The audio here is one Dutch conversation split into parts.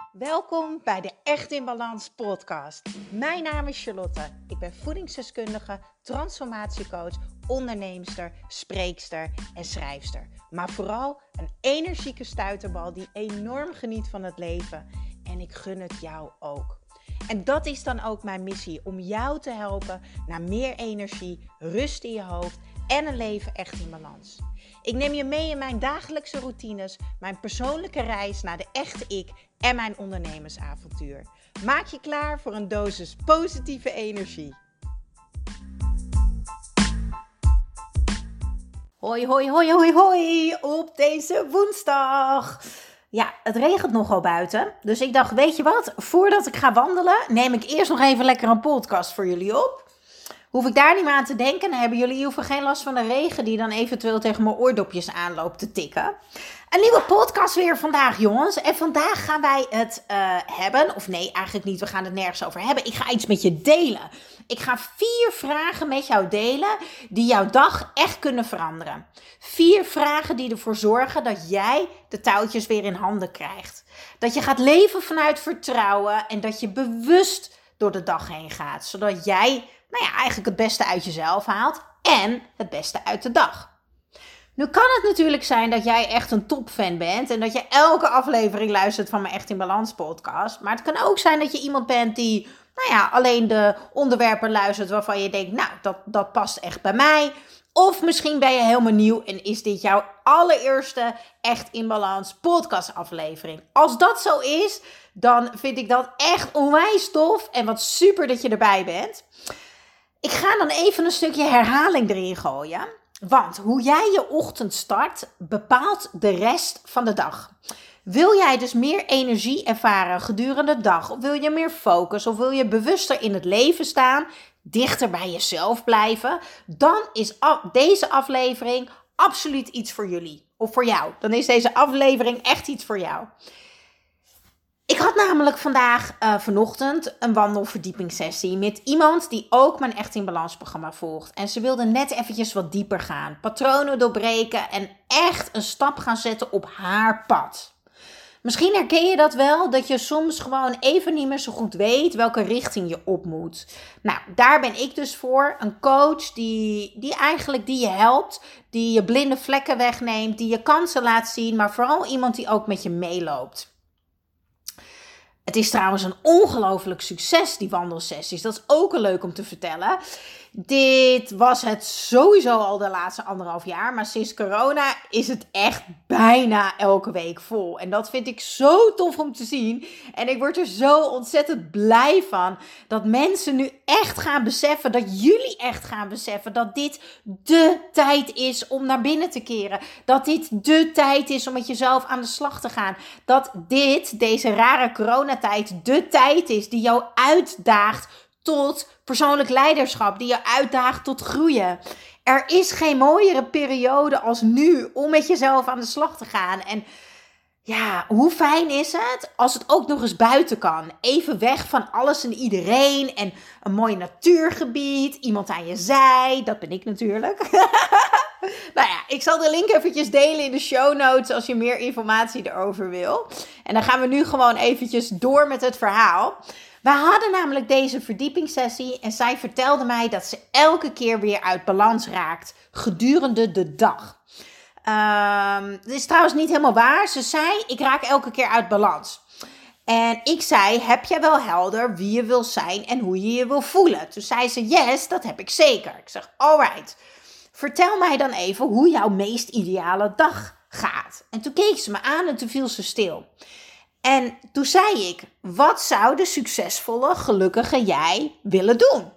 Welkom bij de Echt in Balans podcast. Mijn naam is Charlotte. Ik ben voedingsdeskundige, transformatiecoach, onderneemster, spreekster en schrijfster. Maar vooral een energieke stuiterbal die enorm geniet van het leven. En ik gun het jou ook. En dat is dan ook mijn missie, om jou te helpen naar meer energie, rust in je hoofd en een leven echt in balans. Ik neem je mee in mijn dagelijkse routines, mijn persoonlijke reis naar de echte ik en mijn ondernemersavontuur. Maak je klaar voor een dosis positieve energie. Hoi, hoi, hoi, hoi, hoi op deze woensdag. Ja, het regent nogal buiten, dus ik dacht, weet je wat? Voordat ik ga wandelen, neem ik eerst nog even lekker een podcast voor jullie op. Hoef ik daar niet meer aan te denken, dan hebben jullie in ieder geval geen last van de regen die dan eventueel tegen mijn oordopjes aanloopt te tikken. Een nieuwe podcast weer vandaag, jongens. En vandaag gaan wij het hebben, of nee, eigenlijk niet, we gaan het nergens over hebben. Ik ga iets met je delen. Ik ga 4 vragen met jou delen die jouw dag echt kunnen veranderen. 4 vragen die ervoor zorgen dat jij de touwtjes weer in handen krijgt. Dat je gaat leven vanuit vertrouwen en dat je bewust door de dag heen gaat. Zodat jij eigenlijk het beste uit jezelf haalt en het beste uit de dag. Nu kan het natuurlijk zijn dat jij echt een topfan bent en dat je elke aflevering luistert van mijn Echt in Balans podcast. Maar het kan ook zijn dat je iemand bent die alleen de onderwerpen luistert waarvan je denkt, dat past echt bij mij. Of misschien ben je helemaal nieuw en is dit jouw allereerste Echt in Balans podcast aflevering. Als dat zo is, dan vind ik dat echt onwijs tof en wat super dat je erbij bent. Ik ga dan even een stukje herhaling erin gooien. Want hoe jij je ochtend start, bepaalt de rest van de dag. Wil jij dus meer energie ervaren gedurende de dag? Of wil je meer focus? Of wil je bewuster in het leven staan? Dichter bij jezelf blijven? Dan is deze aflevering absoluut iets voor jullie. Of voor jou. Dan is deze aflevering echt iets voor jou. Ik had namelijk vanochtend een wandelverdiepingssessie met iemand die ook mijn Echt in Balans programma volgt. En ze wilde net eventjes wat dieper gaan, patronen doorbreken en echt een stap gaan zetten op haar pad. Misschien herken je dat wel, dat je soms gewoon even niet meer zo goed weet welke richting je op moet. Nou, daar ben ik dus voor. Een coach die je helpt, die je blinde vlekken wegneemt, die je kansen laat zien, maar vooral iemand die ook met je meeloopt. Het is trouwens een ongelooflijk succes, die wandelsessies. Dat is ook leuk om te vertellen. Dit was het sowieso al de laatste 1,5 jaar. Maar sinds corona is het echt bijna elke week vol. En dat vind ik zo tof om te zien. En ik word er zo ontzettend blij van. Dat mensen nu echt gaan beseffen. Dat jullie echt gaan beseffen. Dat dit de tijd is om naar binnen te keren. Dat dit de tijd is om met jezelf aan de slag te gaan. Dat deze rare coronatijd, de tijd is die jou uitdaagt tot persoonlijk leiderschap, die je uitdaagt tot groeien. Er is geen mooiere periode als nu om met jezelf aan de slag te gaan. En ja, hoe fijn is het als het ook nog eens buiten kan. Even weg van alles en iedereen en een mooi natuurgebied, iemand aan je zij, dat ben ik natuurlijk. Ik zal de link eventjes delen in de show notes als je meer informatie erover wil. En dan gaan we nu gewoon eventjes door met het verhaal. We hadden namelijk deze verdiepingssessie en zij vertelde mij dat ze elke keer weer uit balans raakt gedurende de dag. Dat is trouwens niet helemaal waar. Ze zei, ik raak elke keer uit balans. En ik zei, heb jij wel helder wie je wil zijn en hoe je je wil voelen? Toen zei ze, yes, dat heb ik zeker. Ik zeg, alright. Vertel mij dan even hoe jouw meest ideale dag gaat. En toen keek ze me aan en toen viel ze stil. En toen zei ik, wat zou de succesvolle, gelukkige jij willen doen?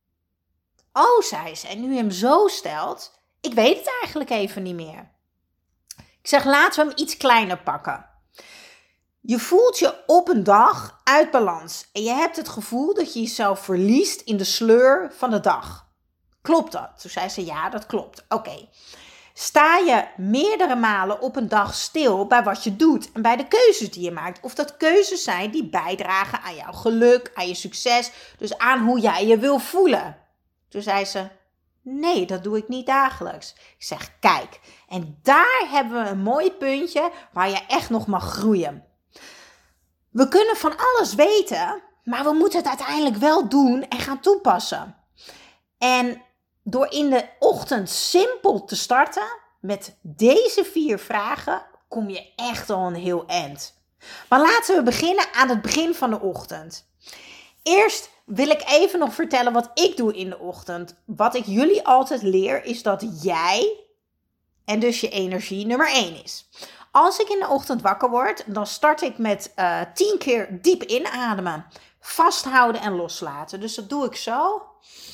Oh, zei ze, en nu je hem zo stelt, ik weet het eigenlijk even niet meer. Ik zeg, laten we hem iets kleiner pakken. Je voelt je op een dag uit balans en je hebt het gevoel dat je jezelf verliest in de sleur van de dag. Klopt dat? Toen zei ze, ja, dat klopt. Oké. Sta je meerdere malen op een dag stil bij wat je doet en bij de keuzes die je maakt? Of dat keuzes zijn die bijdragen aan jouw geluk, aan je succes, dus aan hoe jij je wil voelen? Toen zei ze, nee, dat doe ik niet dagelijks. Ik zeg, kijk, en daar hebben we een mooi puntje waar je echt nog mag groeien. We kunnen van alles weten, maar we moeten het uiteindelijk wel doen en gaan toepassen. En door in de ochtend simpel te starten met deze 4 vragen, kom je echt al een heel eind. Maar laten we beginnen aan het begin van de ochtend. Eerst wil ik even nog vertellen wat ik doe in de ochtend. Wat ik jullie altijd leer is dat jij, en dus je energie, nummer 1 is. Als ik in de ochtend wakker word, dan start ik met 10 keer diep inademen. Vasthouden en loslaten. Dus dat doe ik zo.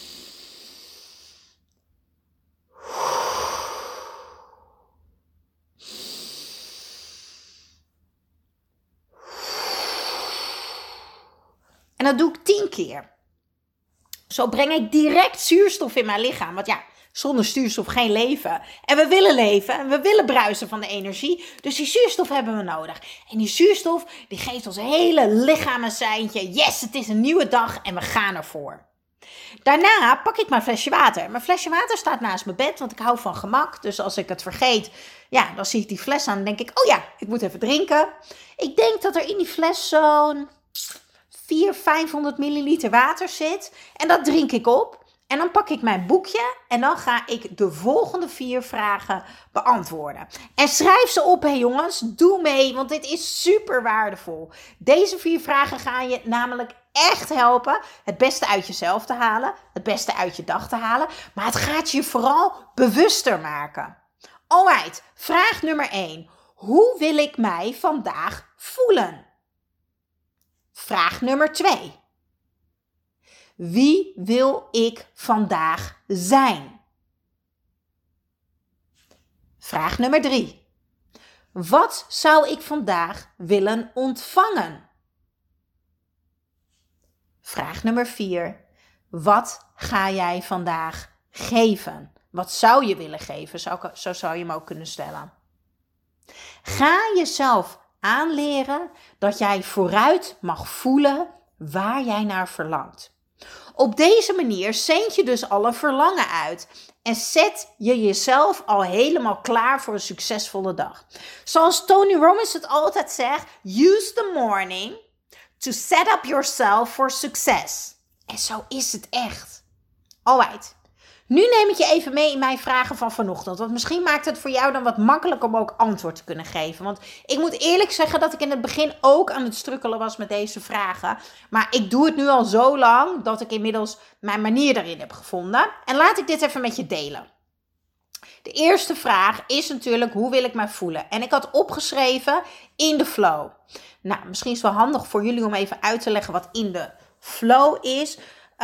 En dat doe ik 10 keer. Zo breng ik direct zuurstof in mijn lichaam. Want ja, zonder zuurstof geen leven. En we willen leven en we willen bruisen van de energie. Dus die zuurstof hebben we nodig. En die zuurstof die geeft ons hele lichaam een seintje. Yes, het is een nieuwe dag en we gaan ervoor. Daarna pak ik mijn flesje water. Mijn flesje water staat naast mijn bed, want ik hou van gemak. Dus als ik het vergeet, ja, dan zie ik die fles aan en denk ik, oh ja, ik moet even drinken. Ik denk dat er in die fles zo'n 400-500 milliliter water zit. En dat drink ik op. En dan pak ik mijn boekje en dan ga ik de volgende 4 vragen beantwoorden. En schrijf ze op, hè jongens. Doe mee, want dit is super waardevol. Deze 4 vragen gaan je namelijk echt helpen het beste uit jezelf te halen. Het beste uit je dag te halen. Maar het gaat je vooral bewuster maken. Alright, vraag nummer 1. Hoe wil ik mij vandaag voelen? Vraag nummer 2. Wie wil ik vandaag zijn? Vraag nummer 3. Wat zou ik vandaag willen ontvangen? Vraag nummer 4. Wat ga jij vandaag geven? Wat zou je willen geven? Zo zou je hem ook kunnen stellen. Ga jezelf aanleren dat jij vooruit mag voelen waar jij naar verlangt. Op deze manier zend je dus al een verlangen uit en zet je jezelf al helemaal klaar voor een succesvolle dag. Zoals Tony Robbins het altijd zegt, use the morning to set up yourself for success. En zo is het echt. Alright. Nu neem ik je even mee in mijn vragen van vanochtend. Want misschien maakt het voor jou dan wat makkelijker om ook antwoord te kunnen geven. Want ik moet eerlijk zeggen dat ik in het begin ook aan het strukkelen was met deze vragen. Maar ik doe het nu al zo lang dat ik inmiddels mijn manier daarin heb gevonden. En laat ik dit even met je delen. De eerste vraag is natuurlijk, hoe wil ik mij voelen? En ik had opgeschreven in de flow. Nou, misschien is het wel handig voor jullie om even uit te leggen wat in de flow is.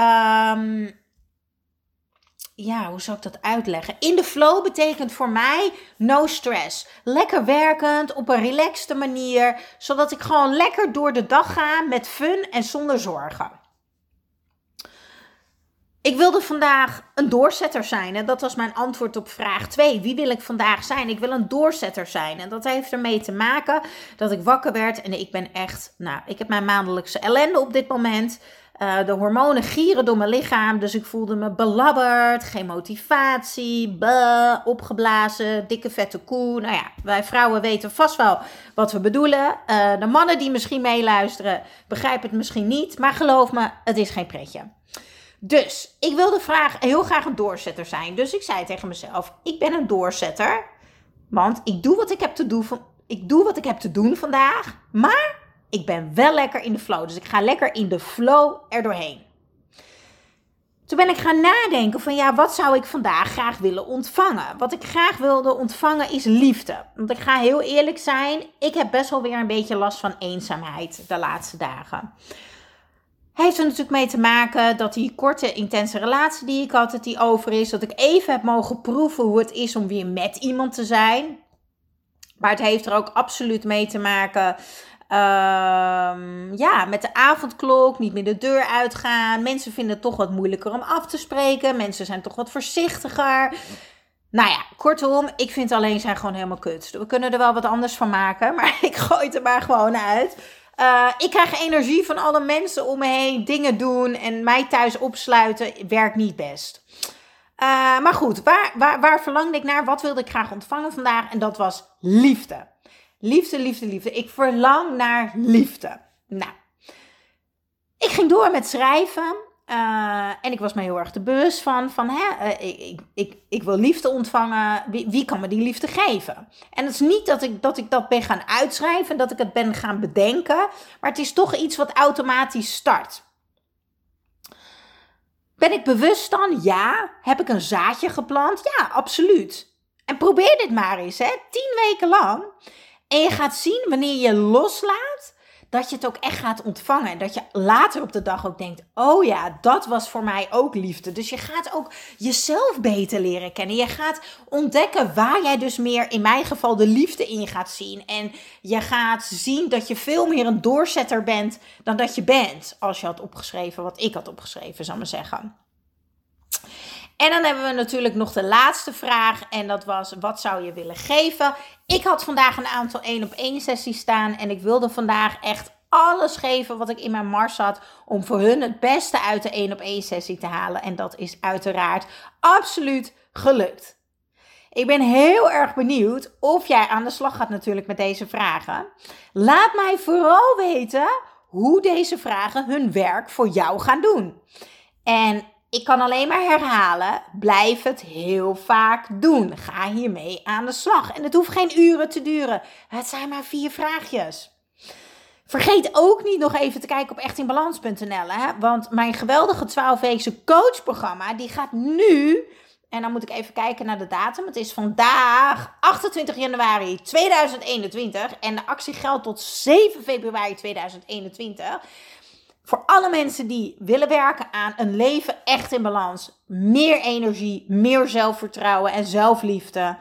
Ja, hoe zou ik dat uitleggen? In de flow betekent voor mij no stress. Lekker werkend, op een relaxte manier. Zodat ik gewoon lekker door de dag ga met fun en zonder zorgen. Ik wilde vandaag een doorzetter zijn. En dat was mijn antwoord op vraag 2. Wie wil ik vandaag zijn? Ik wil een doorzetter zijn. En dat heeft ermee te maken dat ik wakker werd. En ik ben echt, ik heb mijn maandelijkse ellende op dit moment. De hormonen gieren door mijn lichaam. Dus ik voelde me belabberd, geen motivatie, opgeblazen, dikke vette koe. Nou ja, wij vrouwen weten vast wel wat we bedoelen. De mannen die misschien meeluisteren begrijpen het misschien niet. Maar geloof me, het is geen pretje. Dus ik wilde heel graag een doorzetter zijn. Dus ik zei tegen mezelf, ik ben een doorzetter. Want ik doe wat ik heb te doen vandaag. Maar ik ben wel lekker in de flow. Dus ik ga lekker in de flow erdoorheen. Toen ben ik gaan nadenken van wat zou ik vandaag graag willen ontvangen? Wat ik graag wilde ontvangen is liefde. Want ik ga heel eerlijk zijn, ik heb best wel weer een beetje last van eenzaamheid de laatste dagen. Heeft er natuurlijk mee te maken dat die korte, intense relatie die ik had, dat die over is. Dat ik even heb mogen proeven hoe het is om weer met iemand te zijn. Maar het heeft er ook absoluut mee te maken met de avondklok, niet meer de deur uitgaan. Mensen vinden het toch wat moeilijker om af te spreken. Mensen zijn toch wat voorzichtiger. Nou ja, kortom, ik vind alleen zijn gewoon helemaal kut. We kunnen er wel wat anders van maken, maar ik gooi het er maar gewoon uit. Ik krijg energie van alle mensen om me heen, dingen doen en mij thuis opsluiten, werkt niet best. Maar goed, waar verlangde ik naar? Wat wilde ik graag ontvangen vandaag? En dat was liefde. Liefde, liefde, liefde. Ik verlang naar liefde. Nou, ik ging door met schrijven. En ik was me heel erg te bewust van ik wil liefde ontvangen. Wie kan me die liefde geven? En het is niet dat ik dat ben gaan uitschrijven, dat ik het ben gaan bedenken. Maar het is toch iets wat automatisch start. Ben ik bewust dan? Ja. Heb ik een zaadje geplant? Ja, absoluut. En probeer dit maar eens, 10 weken lang. En je gaat zien, wanneer je loslaat, dat je het ook echt gaat ontvangen. En dat je later op de dag ook denkt, oh ja, dat was voor mij ook liefde. Dus je gaat ook jezelf beter leren kennen. Je gaat ontdekken waar jij dus meer, in mijn geval, de liefde in gaat zien. En je gaat zien dat je veel meer een doorzetter bent dan dat je bent. Als je had opgeschreven wat ik had opgeschreven, zal ik maar zeggen. En dan hebben we natuurlijk nog de laatste vraag. En dat was, wat zou je willen geven? Ik had vandaag een aantal 1-op-1 sessies staan. En ik wilde vandaag echt alles geven wat ik in mijn mars had. Om voor hun het beste uit de 1-op-1 sessie te halen. En dat is uiteraard absoluut gelukt. Ik ben heel erg benieuwd of jij aan de slag gaat natuurlijk met deze vragen. Laat mij vooral weten hoe deze vragen hun werk voor jou gaan doen. En ik kan alleen maar herhalen, blijf het heel vaak doen. Ga hiermee aan de slag. En het hoeft geen uren te duren. Het zijn maar 4 vraagjes. Vergeet ook niet nog even te kijken op echtinbalans.nl. Want mijn geweldige 12-weekse coachprogramma, die gaat nu, en dan moet ik even kijken naar de datum. Het is vandaag 28 januari 2021 en de actie geldt tot 7 februari 2021. Voor alle mensen die willen werken aan een leven echt in balans. Meer energie, meer zelfvertrouwen en zelfliefde.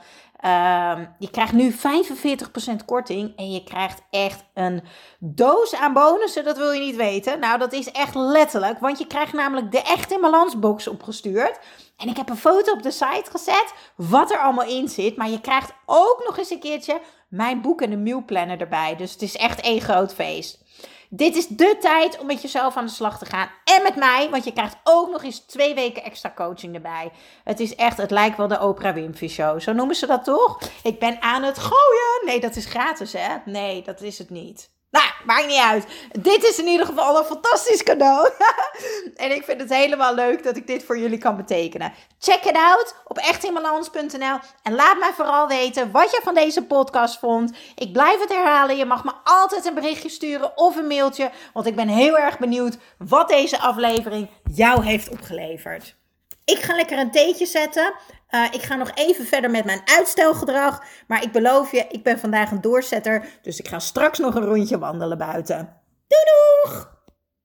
Je krijgt nu 45% korting. En je krijgt echt een doos aan bonussen. Dat wil je niet weten. Nou, dat is echt letterlijk. Want je krijgt namelijk de Echt in Balans box opgestuurd. En ik heb een foto op de site gezet. Wat er allemaal in zit. Maar je krijgt ook nog eens een keertje mijn boek en de mealplanner erbij. Dus het is echt één groot feest. Dit is de tijd om met jezelf aan de slag te gaan. En met mij, want je krijgt ook nog eens 2 weken extra coaching erbij. Het is echt, het lijkt wel de Oprah Winfrey Show. Zo noemen ze dat toch? Ik ben aan het gooien. Nee, dat is gratis, hè? Nee, dat is het niet. Nou, maakt niet uit. Dit is in ieder geval een fantastisch cadeau. En ik vind het helemaal leuk dat ik dit voor jullie kan betekenen. Check it out op echtinbalans.nl. En laat mij vooral weten wat je van deze podcast vond. Ik blijf het herhalen. Je mag me altijd een berichtje sturen of een mailtje. Want ik ben heel erg benieuwd wat deze aflevering jou heeft opgeleverd. Ik ga lekker een theetje zetten. Ik ga nog even verder met mijn uitstelgedrag. Maar ik beloof je, ik ben vandaag een doorzetter. Dus ik ga straks nog een rondje wandelen buiten. Doei doei!